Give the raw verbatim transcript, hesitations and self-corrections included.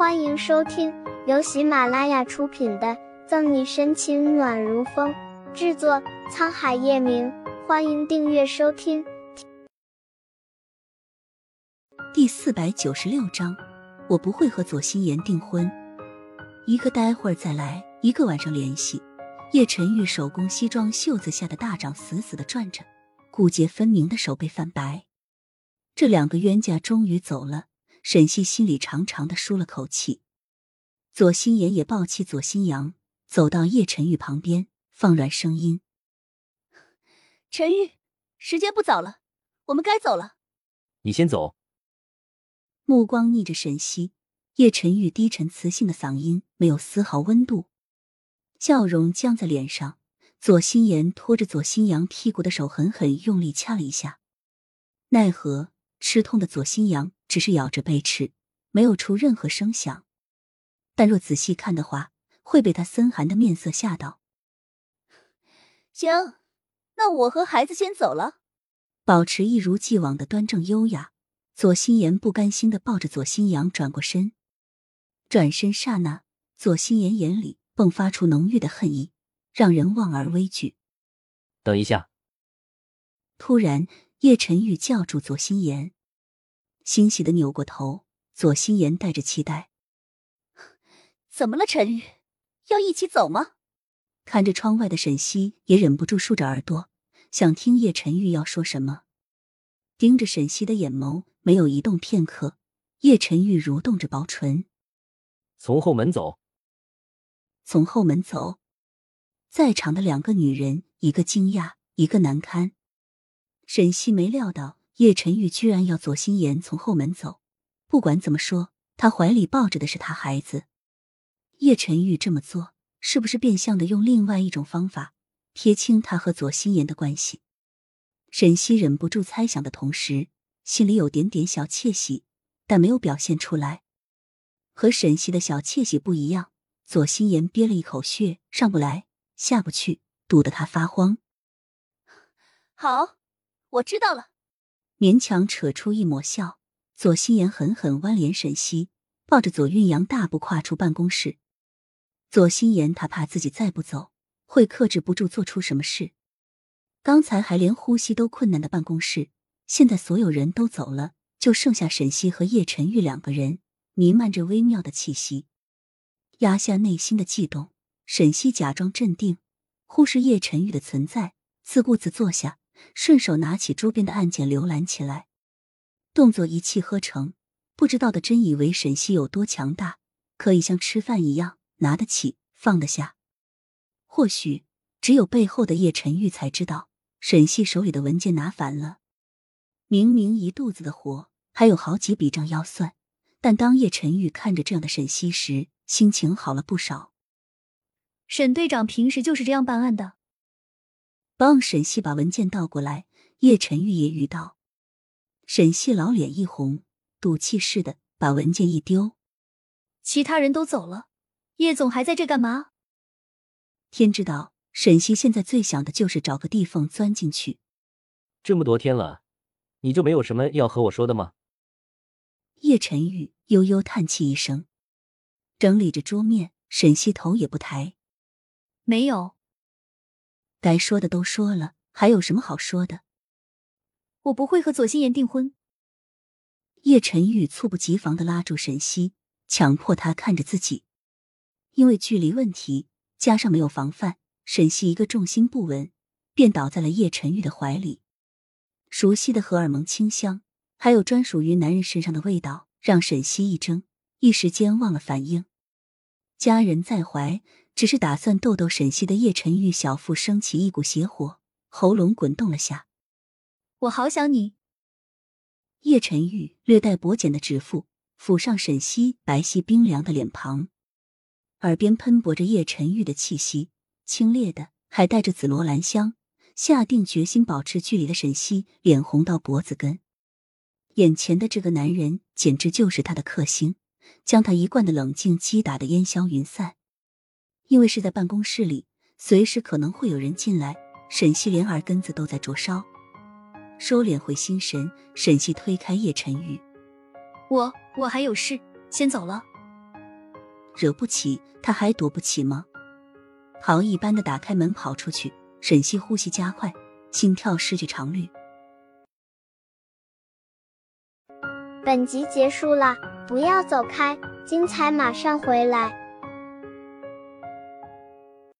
欢迎收听由喜马拉雅出品的《赠你深情暖如风》，制作沧海夜明。欢迎订阅收听。 第四百九十六章，我不会和左心言订婚。一个待会儿再来，一个晚上联系。叶晨玉手工西装袖子下的大掌死死地攥着，骨节分明的手背泛白。这两个冤家终于走了，沈西心里长长的舒了口气。左心言也抱起左心阳，走到叶晨玉旁边，放软声音： 晨玉，时间不早了，我们该走了。 你先走。 目光逆着沈西，叶晨玉低沉磁性的嗓音没有丝毫温度，笑容僵在脸上。左心言拖着左心阳屁股的手狠狠用力掐了一下，奈何吃痛的左心阳只是咬着贝齿，没有出任何声响。但若仔细看的话，会被他森寒的面色吓到。 行，那我和孩子先走了。 保持一如既往的端正优雅，左心言不甘心地抱着左心阳转过身。转身刹那，左心言眼里迸发出浓郁的恨意，让人望而畏惧。 等一下！ 突然，叶晨玉叫住左心言，欣喜地扭过头。左心言带着期待： 怎么了，晨玉？要一起走吗？ 看着窗外的沈西也忍不住竖着耳朵，想听叶晨玉要说什么。盯着沈西的眼眸没有移动片刻，叶晨玉蠕动着薄唇： 从后门走。 从后门走。在场的两个女人，一个惊讶，一个难堪。沈西没料到叶晨玉居然要左心言从后门走，不管怎么说，他怀里抱着的是他孩子。叶晨玉这么做，是不是变相的用另外一种方法撇清他和左心言的关系？沈西忍不住猜想的同时，心里有点点小窃喜，但没有表现出来。和沈西的小窃喜不一样，左心言憋了一口血，上不来下不去，堵得他发慌。 好，我知道了。 勉强扯出一抹笑，左心言狠狠弯脸沈西，抱着左运阳大步跨出办公室。左心言他怕自己再不走，会克制不住做出什么事。刚才还连呼吸都困难的办公室，现在所有人都走了，就剩下沈西和叶晨玉两个人，弥漫着微妙的气息。压下内心的悸动，沈西假装镇定，忽视叶晨玉的存在，自顾自坐下，顺手拿起桌边的案件浏览起来。动作一气呵成，不知道的真以为沈西有多强大，可以像吃饭一样拿得起放得下。或许只有背后的叶晨玉才知道，沈西手里的文件拿反了。明明一肚子的火，还有好几笔账要算，但当叶晨玉看着这样的沈西时，心情好了不少。 沈队长平时就是这样办案的。 帮沈西把文件倒过来，叶晨玉也语道。沈西老脸一红，赌气似的把文件一丢。 其他人都走了，叶总还在这干嘛？ 天知道，沈西现在最想的就是找个地缝钻进去。 这么多天了，你就没有什么要和我说的吗？ 叶晨玉悠悠叹气一声，整理着桌面，沈西头也不抬。 没有。 该说的都说了，还有什么好说的？ 我不会和左心言订婚。 叶晨玉猝不及防地拉住沈西，强迫他看着自己。因为距离问题，加上没有防范，沈西一个重心不稳，便倒在了叶晨玉的怀里。熟悉的荷尔蒙清香，还有专属于男人身上的味道，让沈西一怔，一时间忘了反应。家人在怀，只是打算逗逗沈西的叶晨玉小腹升起一股邪火，喉咙滚动了下。 我好想你。 叶晨玉略带薄茧的指腹抚上沈西白皙冰凉的脸庞，耳边喷薄着叶晨玉的气息，清冽的，还带着紫罗兰香。下定决心保持距离的沈西脸红到脖子根。眼前的这个男人简直就是他的克星，将他一贯的冷静击打得烟消云散。因为是在办公室里，随时可能会有人进来，沈西连耳根子都在灼烧。收敛回心神，沈西推开叶晨玉。 我我还有事，先走了。 惹不起他还躲不起吗？逃一般的打开门跑出去，沈西呼吸加快，心跳失去常律。 本集结束了，不要走开，精彩马上回来。